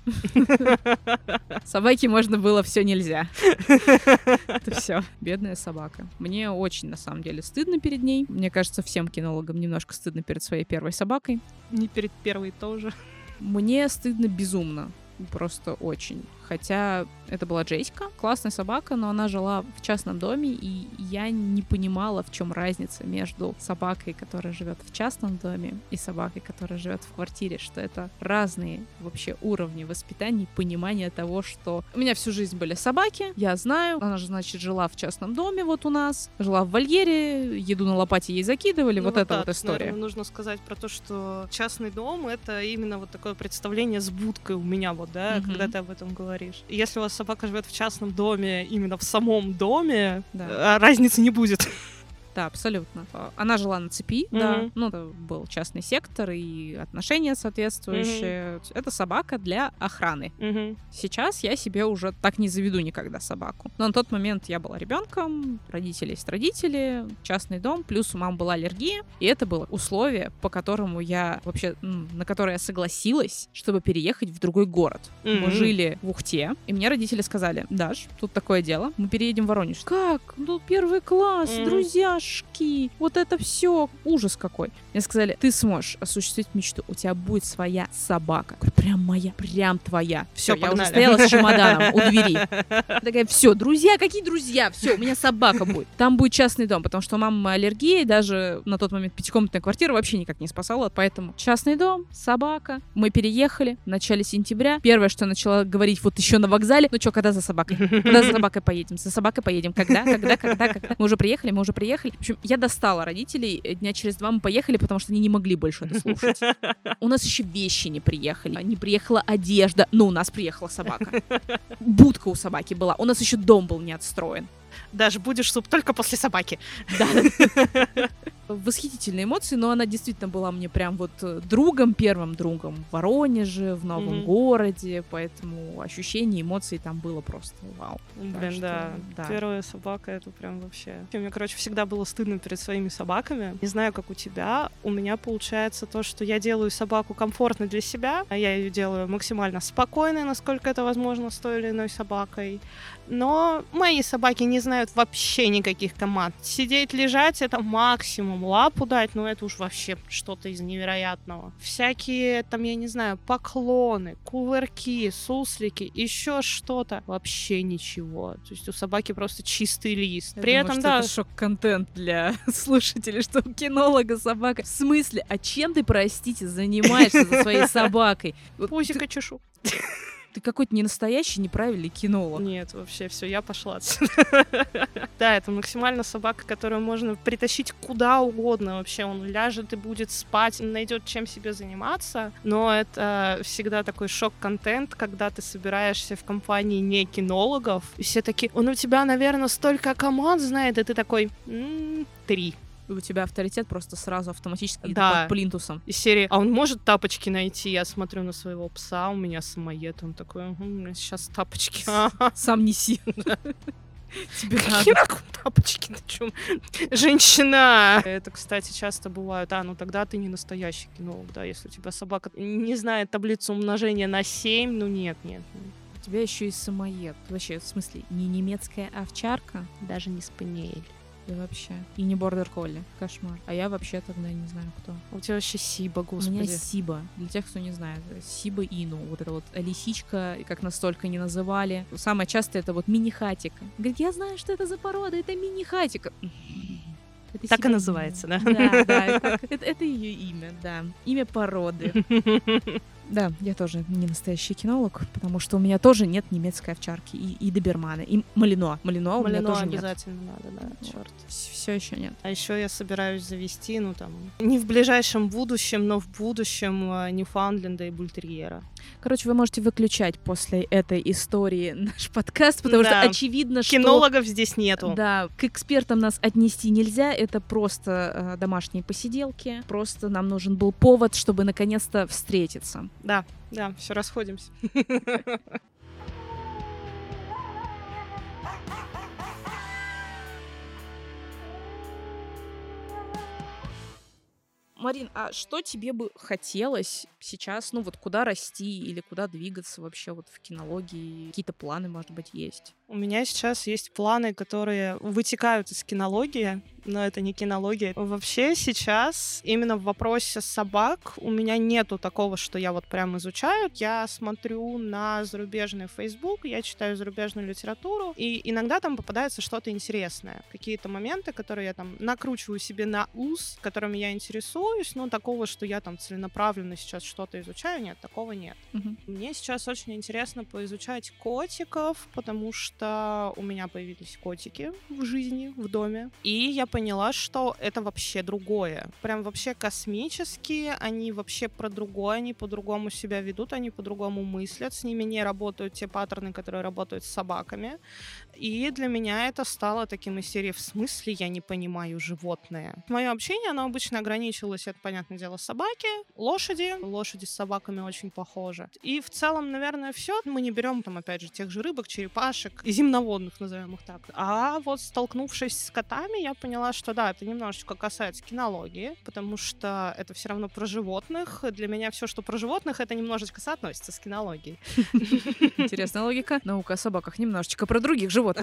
Speaker 2: Собаке можно было все нельзя. Это все. Бедная собака. Мне очень, на самом деле, стыдно перед ней. Мне кажется, всем кинологам немножко стыдно перед своей первой собакой.
Speaker 1: Не перед первой тоже.
Speaker 2: Мне стыдно безумно. Просто очень. Хотя это была Джеська, классная собака, но она жила в частном доме, и я не понимала, в чем разница между собакой, которая живет в частном доме, и собакой, которая живет в квартире, что это разные вообще уровни воспитания, понимания того, что у меня всю жизнь были собаки, я знаю, она же, значит, жила в частном доме вот у нас, жила в вольере, еду на лопате ей закидывали, вот эта вот история.
Speaker 1: Наверное, нужно сказать про то, что частный дом — это именно вот такое представление с будкой у меня вот, да, когда ты об этом говоришь. Если у вас собака живет в частном доме, именно в самом доме, разницы не будет.
Speaker 2: Да, абсолютно. Она жила на цепи, да. Ну, это был частный сектор и отношения соответствующие. Это собака для охраны. Сейчас я себе уже так не заведу никогда собаку. Но на тот момент я была ребенком, родители есть родители, частный дом, плюс у мамы была аллергия. И это было условие, по которому я вообще, на которое я согласилась, чтобы переехать в другой город. Мы жили в Ухте, и мне родители сказали: Даш, тут такое дело, мы переедем в Воронеж. Как? Ну, первый класс, друзья, ромашки, вот это все. Ужас какой. Мне сказали, ты сможешь осуществить мечту, у тебя будет своя собака. Я говорю, прям моя, прям твоя. Все, я уже стояла с чемоданом у двери. Такая, все, друзья, какие друзья? Все, у меня собака будет. Там будет частный дом, потому что у мамы аллергия, даже на тот момент пятикомнатная квартира вообще никак не спасала, поэтому частный дом, собака. Мы переехали в начале сентября. Первое, что начала говорить вот еще на вокзале, ну что, когда за собакой? Когда за собакой поедем? За собакой поедем. Когда? Мы уже приехали. В общем, я достала родителей. Дня через 2 мы поехали, потому что они не могли больше это слушать. У нас еще вещи не приехали. Не приехала одежда. Но у нас приехала собака. Будка у собаки была. У нас еще дом был не отстроен.
Speaker 1: Даже будешь суп только после собаки.
Speaker 2: Да. Восхитительные эмоции, но она действительно была мне прям вот другом, первым другом в Воронеже, в новом городе, поэтому ощущение, эмоций там было просто вау.
Speaker 1: Блин, да. Первая собака, это прям вообще... Мне, всегда было стыдно перед своими собаками. Не знаю, как у тебя. У меня получается то, что я делаю собаку комфортной для себя, а я ее делаю максимально спокойной, насколько это возможно с той или иной собакой. Но мои собаки не знают вообще никаких команд. Сидеть, лежать — это максимум. Лапу дать, но это уж вообще что-то из невероятного. Всякие, там, я не знаю, поклоны, кувырки, суслики, еще что-то. Вообще ничего. То есть у собаки просто чистый лист.
Speaker 2: При этом, да... Это шок-контент для слушателей, что у кинолога собака. В смысле? А чем ты, простите, занимаешься за своей собакой?
Speaker 1: Пузико чешу.
Speaker 2: Ты какой-то ненастоящий, неправильный кинолог.
Speaker 1: Нет, вообще, все, я пошла отсюда. Да, это максимально собака, которую можно притащить куда угодно вообще. Он ляжет и будет спать, найдет чем себе заниматься. Но это всегда такой шок-контент, когда ты собираешься в компании не кинологов, и все такие, он у тебя, наверное, столько команд знает, и ты такой, 3.
Speaker 2: У тебя авторитет просто сразу автоматически
Speaker 1: под
Speaker 2: плинтусом.
Speaker 1: Из серии, а он может тапочки найти? Я смотрю на своего пса, у меня самоед, он такой, сейчас тапочки.
Speaker 2: Сам неси.
Speaker 1: Тебе надо. Тапочки, ты чё? Женщина! Это, кстати, часто бывает. Ну тогда ты не настоящий кинолог, да, если у тебя собака не знает таблицу умножения на 7, нет.
Speaker 2: У тебя еще и самоед. Вообще, в смысле, не немецкая овчарка?
Speaker 1: Даже не спаниель.
Speaker 2: И вообще. И не бордер-колли. Кошмар. А я вообще тогда не знаю, кто.
Speaker 1: У тебя вообще Сиба, господи.
Speaker 2: У меня Сиба. Для тех, кто не знает. Сиба Ину. Вот эта вот лисичка, как нас только не называли. Самое частое это вот мини-хатика. Говорит, я знаю, что это за порода. Это мини-хатика.
Speaker 1: Это так и называется, да?
Speaker 2: Да, это ее имя, да. Имя породы. Да, я тоже не настоящий кинолог, потому что у меня тоже нет немецкой овчарки и добермана, и малино. Малино у меня тоже
Speaker 1: обязательно нет. Надо, да, черт.
Speaker 2: Все еще нет.
Speaker 1: А еще я собираюсь завести, не в ближайшем будущем, но в будущем Ньюфаундленда и бультерьера.
Speaker 2: Короче, вы можете выключать после этой истории наш подкаст, потому что очевидно, что...
Speaker 1: Кинологов здесь нету.
Speaker 2: Да, к экспертам нас отнести нельзя, это просто домашние посиделки, просто нам нужен был повод, чтобы наконец-то встретиться.
Speaker 1: Да, все, расходимся.
Speaker 2: Марин, а что тебе бы хотелось сейчас, куда расти или куда двигаться вообще в кинологии? Какие-то планы, может быть, есть?
Speaker 1: У меня сейчас есть планы, которые вытекают из кинологии, но это не кинология. Вообще сейчас именно в вопросе собак у меня нету такого, что я прям изучаю. Я смотрю на зарубежный Facebook, я читаю зарубежную литературу, и иногда там попадается что-то интересное. Какие-то моменты, которые я там накручиваю себе на ус, которыми я интересуюсь, такого, что я там целенаправленно сейчас что-то изучаю, нет, такого нет. Мне сейчас очень интересно поизучать котиков, потому что у меня появились котики в жизни, в доме, и я поняла, что это вообще другое. Прям вообще космические, они вообще про другое, они по-другому себя ведут, они по-другому мыслят, с ними не работают те паттерны, которые работают с собаками. И для меня это стало таким из серии «В смысле я не понимаю животное?». Мое общение, оно обычно ограничивалось, это, понятное дело, собаки, лошади. Лошади с собаками очень похожи. И в целом, наверное, все. Мы не берем там, опять же, тех же рыбок, черепашек, земноводных, назовем их так. А вот столкнувшись с котами, я поняла, что да, это немножечко касается кинологии, потому что это все равно про животных. Для меня все, что про животных, это немножечко соотносится с кинологией.
Speaker 2: Интересная логика. Наука о собаках немножечко про других животных.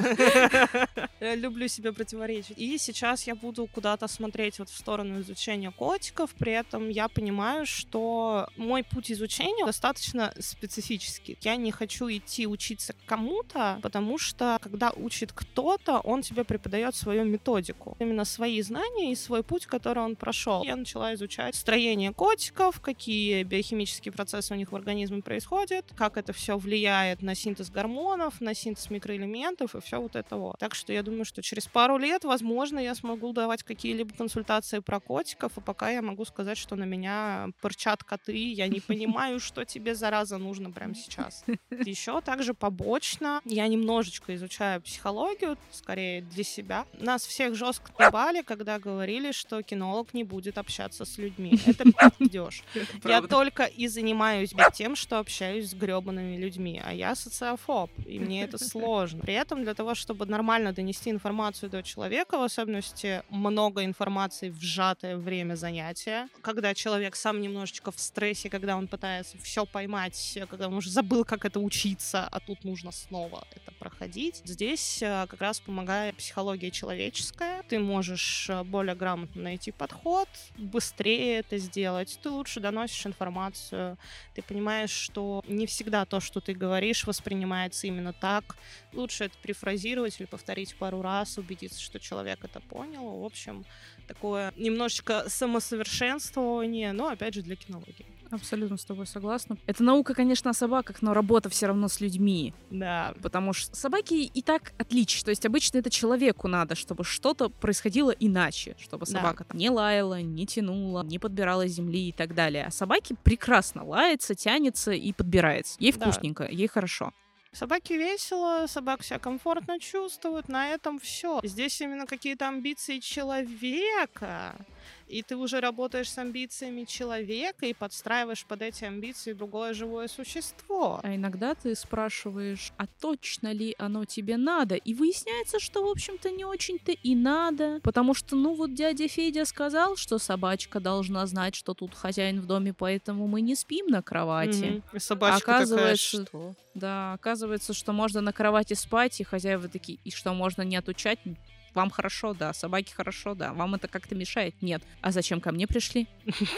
Speaker 1: Люблю себе противоречить. И сейчас я буду куда-то смотреть вот в сторону изучения котиков, при этом я понимаю, что мой путь изучения достаточно специфический. Я не хочу идти учиться к кому-то, потому что когда учит кто-то, он тебе преподает свою методику. Именно свои знания и свой путь, который он прошел. Я начала изучать строение котиков, какие биохимические процессы у них в организме происходят, как это все влияет на синтез гормонов, на синтез микроэлементов и все вот это вот. Так что я думаю, что через пару лет, возможно, я смогу давать какие-либо консультации про котиков, а пока я могу сказать, что на меня пырчат коты, я не понимаю, что тебе, зараза, нужно прямо сейчас. Еще также побочно я немножечко изучаю психологию, скорее для себя. Нас всех жестко требали, когда говорили, что кинолог не будет общаться с людьми. Это пиздёж. Я только и занимаюсь тем, что общаюсь с грёбаными людьми, а я социофоб, и мне это сложно. При этом для того, чтобы нормально донести информацию до человека, в особенности много информации в сжатое время занятия, когда человек сам немножечко в стрессе, когда он пытается все поймать, когда он уже забыл, как это учиться, а тут нужно снова это проходить. Здесь как раз помогает психология человеческая. Ты можешь более грамотно найти подход, быстрее это сделать, ты лучше доносишь информацию, ты понимаешь, что не всегда то, что ты говоришь, воспринимается именно так. Лучше это перефразировать или повторить пару раз, убедиться, что человек это понял. В общем, такое немножечко самосовершенствование, но опять же для кинологии.
Speaker 2: Абсолютно с тобой согласна. Это наука, конечно, о собаках, но работа все равно с людьми.
Speaker 1: Да.
Speaker 2: Потому что собаки и так отличие. То есть обычно это человеку надо, чтобы что-то происходило иначе. Чтобы собака там не лаяла, не тянула, не подбирала земли и так далее. А собаки прекрасно лается, тянется и подбирается. Ей вкусненько, ей хорошо.
Speaker 1: Собаке весело, собака себя комфортно чувствует, на этом все. Здесь именно какие-то амбиции человека, и ты уже работаешь с амбициями человека и подстраиваешь под эти амбиции другое живое существо.
Speaker 2: А иногда ты спрашиваешь, а точно ли оно тебе надо? И выясняется, что, в общем-то, не очень-то и надо. Потому что, ну вот дядя Федя сказал, что собачка должна знать, что тут хозяин в доме, поэтому мы не спим на кровати.
Speaker 1: И собачка
Speaker 2: оказывается,
Speaker 1: такая, что?
Speaker 2: Да, оказывается, что можно на кровати спать, и хозяева такие, и что можно не отучать? Вам хорошо, да, собаке хорошо, да. Вам это как-то мешает? Нет. А зачем ко мне пришли?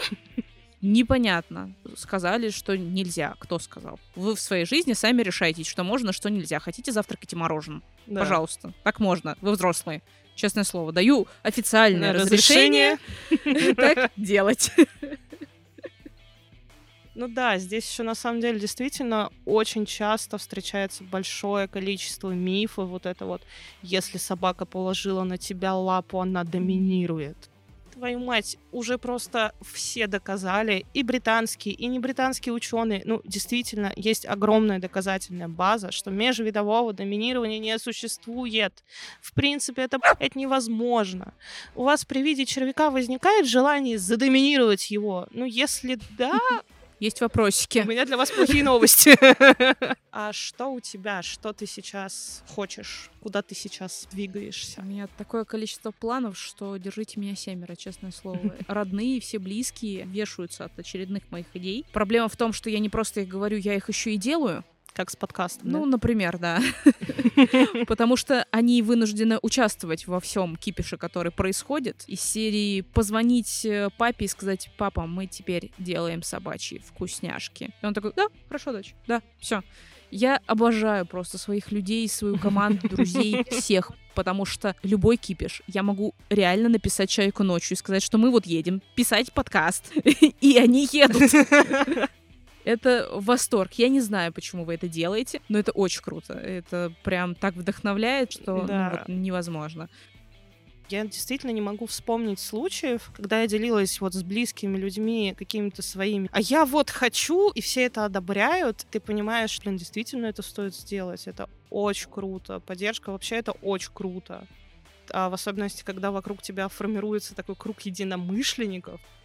Speaker 2: Непонятно. Сказали, что нельзя. Кто сказал? Вы в своей жизни сами решаете, что можно, что нельзя. Хотите завтракать и мороженым?
Speaker 1: Да.
Speaker 2: Пожалуйста. Так можно. Вы взрослые. Честное слово. Даю официальное разрешение так делать.
Speaker 1: Ну да, здесь еще на самом деле действительно очень часто встречается большое количество мифов. Вот это вот, если собака положила на тебя лапу, она доминирует. Твою мать, уже просто все доказали, и британские, и не британские ученые. Ну, действительно, есть огромная доказательная база, что межвидового доминирования не существует. В принципе, это, невозможно. У вас при виде червяка возникает желание задоминировать его? Ну, если да...
Speaker 2: Есть вопросики.
Speaker 1: У меня для вас плохие новости. А что у тебя? Что ты сейчас хочешь? Куда ты сейчас двигаешься?
Speaker 2: У меня такое количество планов, что держите меня семеро, честное слово. Родные, все близкие вешаются от очередных моих идей. Проблема в том, что я не просто их говорю, я их еще и делаю.
Speaker 1: Как с подкастом,
Speaker 2: Ну,
Speaker 1: да?
Speaker 2: например, да. Потому что они вынуждены участвовать во всем кипише, который происходит. Из серии позвонить папе и сказать: папа, мы теперь делаем собачьи вкусняшки. И он такой: да, хорошо, дочь, да, все. Я обожаю просто своих людей, свою команду, друзей, всех. Потому что любой кипиш я могу реально написать человеку ночью и сказать, что мы вот едем писать подкаст. И они едут. Это восторг. Я не знаю, почему вы это делаете, но это очень круто. Это прям так вдохновляет, что невозможно.
Speaker 1: Я действительно не могу вспомнить случаев, когда я делилась вот с близкими людьми какими-то своими. А я вот хочу, и все это одобряют. Ты понимаешь, что действительно это стоит сделать. Это очень круто. Поддержка вообще это очень круто. А в особенности, когда вокруг тебя формируется такой круг единомышленников.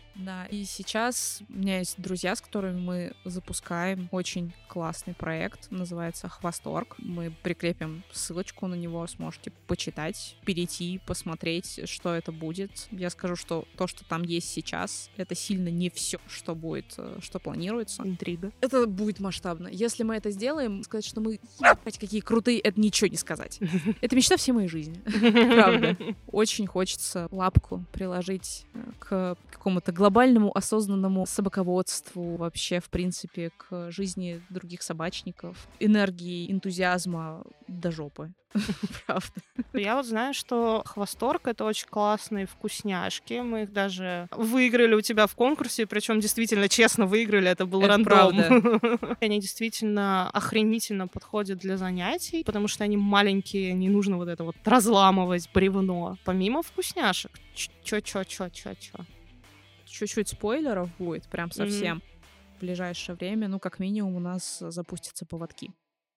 Speaker 2: Да, и сейчас у меня есть друзья, с которыми мы запускаем очень классный проект, называется «Хвосторг». Мы прикрепим ссылочку на него, сможете почитать, перейти, посмотреть, что это будет. Я скажу, что то, что там есть сейчас, это сильно не все, что будет, что планируется.
Speaker 1: Интрига.
Speaker 2: Это будет масштабно. Если мы это сделаем, сказать, что мы ебать какие крутые, это ничего не сказать. Это мечта всей моей жизни. Правда. Очень хочется лапку приложить к какому-то глобальному осознанному собаководству, вообще, в принципе, к жизни других собачников, энергии, энтузиазма до жопы. Правда.
Speaker 1: Я вот знаю, что Хвосторг — это очень классные вкусняшки. Мы их даже выиграли у тебя в конкурсе, причем действительно честно выиграли, это был
Speaker 2: Это
Speaker 1: рандом. Они действительно охренительно подходят для занятий, потому что они маленькие, не нужно вот это вот разламывать бревно. Помимо вкусняшек. Чё?
Speaker 2: Чуть-чуть спойлеров будет, прям совсем. В ближайшее время, ну, как минимум, у нас запустятся поводки.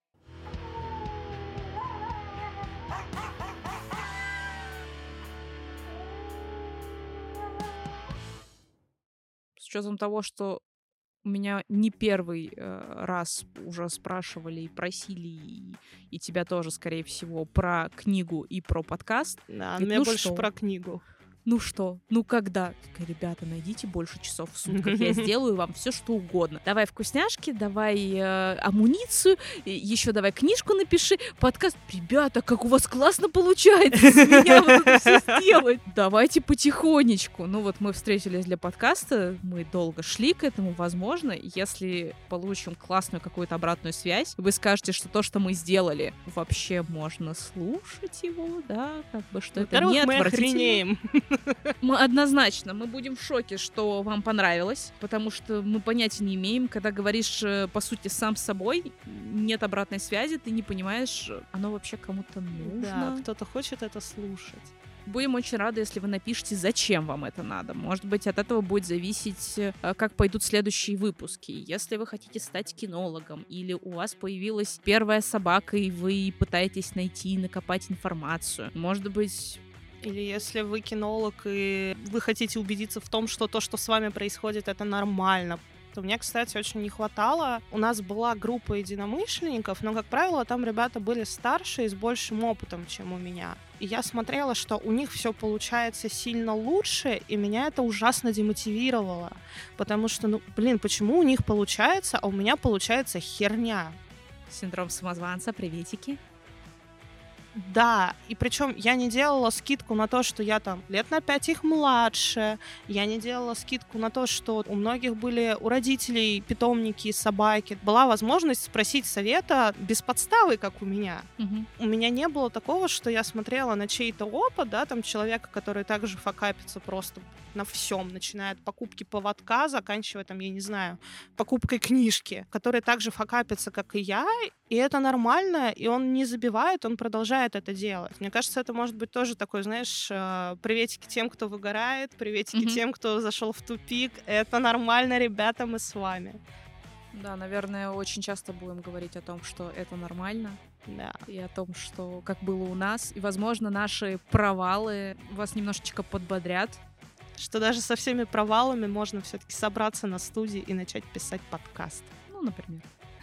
Speaker 2: С учетом того, что у меня не первый раз уже спрашивали и просили, и тебя тоже, скорее всего, про книгу и про подкаст.
Speaker 1: Да,
Speaker 2: Говорит,
Speaker 1: мне
Speaker 2: ну
Speaker 1: больше
Speaker 2: что?
Speaker 1: про книгу.
Speaker 2: Ну что? Ну когда? Такая, ребята, найдите больше часов в сутках, я сделаю вам все что угодно. Давай вкусняшки, давай амуницию, еще давай книжку напиши, подкаст. Ребята, как у вас классно получается с меня вот это все сделать. Давайте потихонечку. Ну вот мы встретились для подкаста, мы долго шли к этому, возможно. Если получим классную какую-то обратную связь, вы скажете, что то, что мы сделали, вообще можно слушать его, да, как бы, что это не
Speaker 1: мы
Speaker 2: отвратительно.
Speaker 1: охренеем.
Speaker 2: Мы однозначно, мы будем в шоке, что вам понравилось, потому что мы понятия не имеем, когда говоришь, по сути, сам с собой, нет обратной связи, ты не понимаешь, оно вообще кому-то нужно.
Speaker 1: Да, кто-то хочет это слушать.
Speaker 2: Будем очень рады, если вы напишите, зачем вам это надо. Может быть, от этого будет зависеть, как пойдут следующие выпуски. Если вы хотите стать кинологом, или у вас появилась первая собака, и вы пытаетесь найти и накопать информацию, может быть...
Speaker 1: Или если вы кинолог, и вы хотите убедиться в том, что то, что с вами происходит, это нормально. То мне, кстати, очень не хватало. У нас была группа единомышленников, но, как правило, там ребята были старше и с большим опытом, чем у меня. И я смотрела, что у них все получается сильно лучше, и меня это ужасно демотивировало. Потому что, почему у них получается, а у меня получается херня?
Speaker 2: Синдром самозванца, приветики.
Speaker 1: Да, и причем я не делала скидку на то, что я там лет на 5 их младше, я не делала скидку на то, что у многих были у родителей питомники, собаки. Была возможность спросить совета без подставы, как у меня.
Speaker 2: Угу.
Speaker 1: У меня не было такого, что я смотрела на чей-то опыт, да, там человека, который также факапится просто на всем, начиная от покупки поводка, заканчивая там, я не знаю, покупкой книжки, который также факапится, как и я, и это нормально, и он не забивает, он продолжает это делать. Мне кажется, это может быть тоже такой, знаешь, приветики тем, кто выгорает, приветики тем, кто зашел в тупик. Это нормально, ребята, мы с вами.
Speaker 2: Да, наверное, очень часто будем говорить о том, что это нормально.
Speaker 1: Да.
Speaker 2: И о том, что как было у нас. И, возможно, наши провалы вас немножечко подбодрят.
Speaker 1: Что даже со всеми провалами можно все-таки собраться на студии и начать писать подкаст.
Speaker 2: Ну, например.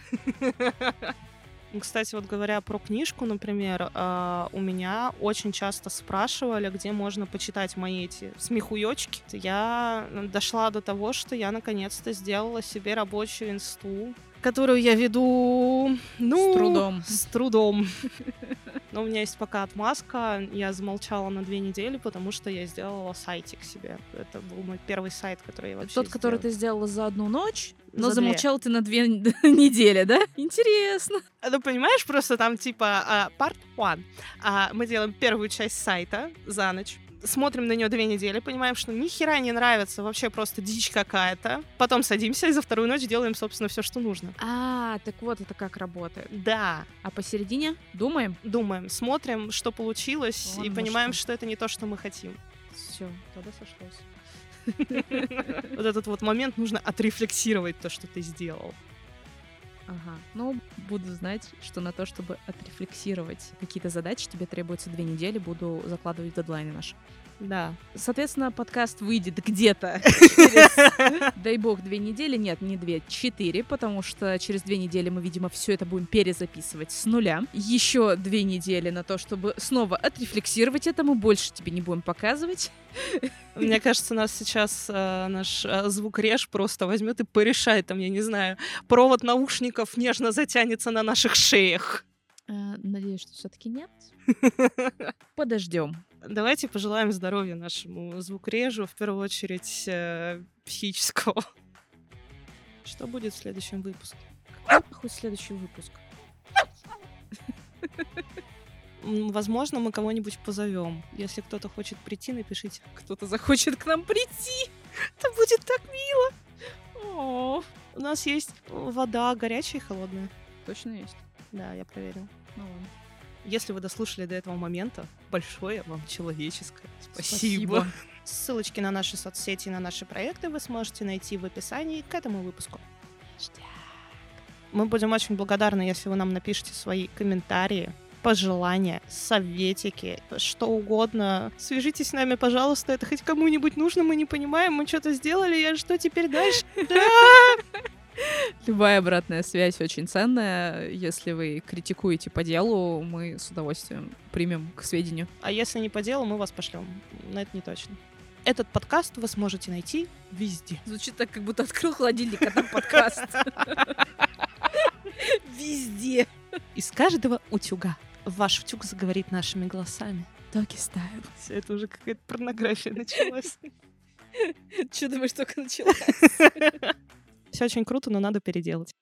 Speaker 1: Кстати, вот говоря про книжку, например, у меня очень часто спрашивали, где можно почитать мои эти смехуёчки. Я дошла до того, что я наконец-то сделала себе рабочую инсту, которую я веду, с трудом. Но у меня есть пока отмазка. Я замолчала на 2 недели, потому что я сделала сайтик себе. Это был мой первый сайт, который я вообще
Speaker 2: Тот, который ты сделала за 1 ночь, но
Speaker 1: За 2.
Speaker 2: замолчал ты на 2 недели, да? Интересно.
Speaker 1: Ну, понимаешь, просто там типа part 1. Мы делаем первую часть сайта за ночь. Смотрим на нее 2 недели, понимаем, что ни хера не нравится, вообще просто дичь какая-то. Потом садимся и за 2-ю ночь делаем, собственно, все, что нужно.
Speaker 2: Так вот это как работает.
Speaker 1: Да.
Speaker 2: А посередине думаем?
Speaker 1: Думаем, смотрим, что получилось, и понимаем, что это не то, что мы хотим.
Speaker 2: Все, тогда сошлось.
Speaker 1: Вот этот вот момент нужно отрефлексировать то, что ты сделал.
Speaker 2: Ага. Ну, буду знать, что на то, чтобы отрефлексировать какие-то задачи, тебе требуется 2 недели. Буду закладывать дедлайны наши.
Speaker 1: Да.
Speaker 2: Соответственно, подкаст выйдет где-то через, дай бог, 2 недели. Нет, не 2, 4, потому что через 2 недели мы, видимо, все это будем перезаписывать с нуля. Еще 2 недели на то, чтобы снова отрефлексировать это. Мы больше тебе не будем показывать.
Speaker 1: Мне кажется, нас сейчас наш звукореж просто возьмет и порешает там, я не знаю, провод наушников нежно затянется на наших шеях.
Speaker 2: Надеюсь, что все-таки нет. Подождем.
Speaker 1: Давайте пожелаем здоровья нашему звукорежу, в первую очередь психического. Что будет в следующем выпуске?
Speaker 2: Хоть следующий выпуск.
Speaker 1: Возможно, мы кого-нибудь позовем. Если кто-то хочет прийти, напишите.
Speaker 2: Кто-то захочет к нам прийти.
Speaker 1: Это будет так мило.
Speaker 2: О,
Speaker 1: У нас есть вода горячая и холодная.
Speaker 2: точно есть.
Speaker 1: Да, я проверила.
Speaker 2: Ну ладно.
Speaker 1: Если вы дослушали до этого момента, большое вам человеческое спасибо.
Speaker 2: Спасибо.
Speaker 1: Ссылочки на наши соцсети и на наши проекты вы сможете найти в описании к этому выпуску. Мы будем очень благодарны, если вы нам напишите свои комментарии, пожелания, советики, что угодно. Свяжитесь с нами, пожалуйста, это хоть кому-нибудь нужно, мы не понимаем, мы что-то сделали, а что теперь дальше?
Speaker 2: Любая обратная связь очень ценная. Если вы критикуете по делу, мы с удовольствием примем к сведению.
Speaker 1: А если не по делу, мы вас пошлем. Но это не точно. Этот подкаст вы сможете найти везде.
Speaker 2: Звучит так, как будто открыл холодильник, а там подкаст. Везде.
Speaker 1: Из каждого утюга. Ваш утюг заговорит нашими голосами.
Speaker 2: Доги стайл.
Speaker 1: Все, это уже какая-то порнография началась.
Speaker 2: Что думаешь, только началась?
Speaker 1: Все очень круто, но надо переделать.